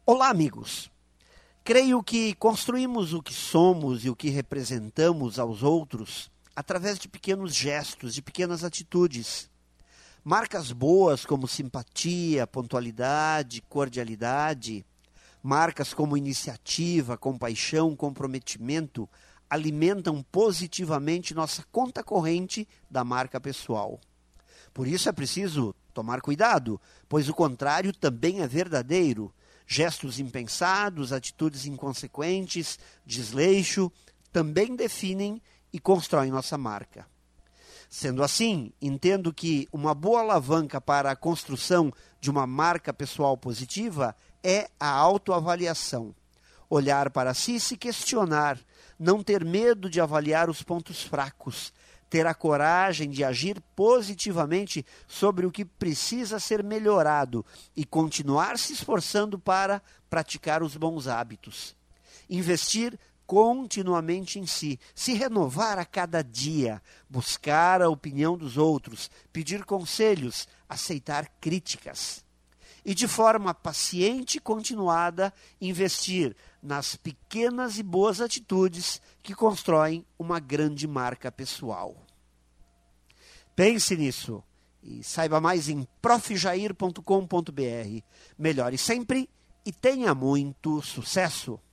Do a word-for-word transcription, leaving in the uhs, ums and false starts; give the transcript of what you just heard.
Olá, amigos! Creio que construímos o que somos e o que representamos aos outros através de pequenos gestos, de pequenas atitudes. Marcas boas como simpatia, pontualidade, cordialidade, marcas como iniciativa, compaixão, comprometimento, alimentam positivamente nossa conta corrente da marca pessoal. Por isso é preciso tomar cuidado, pois o contrário também é verdadeiro. Gestos impensados, atitudes inconsequentes, desleixo, também definem e constroem nossa marca. Sendo assim, entendo que uma boa alavanca para a construção de uma marca pessoal positiva é a autoavaliação. Olhar para si e se questionar, não ter medo de avaliar os pontos fracos, ter a coragem de agir positivamente sobre o que precisa ser melhorado e continuar se esforçando para praticar os bons hábitos. Investir continuamente em si, se renovar a cada dia, buscar a opinião dos outros, pedir conselhos, aceitar críticas. E de forma paciente e continuada, investir nas pequenas e boas atitudes que constroem uma grande marca pessoal. Pense nisso e saiba mais em prof jair ponto com ponto br. Melhore sempre e tenha muito sucesso!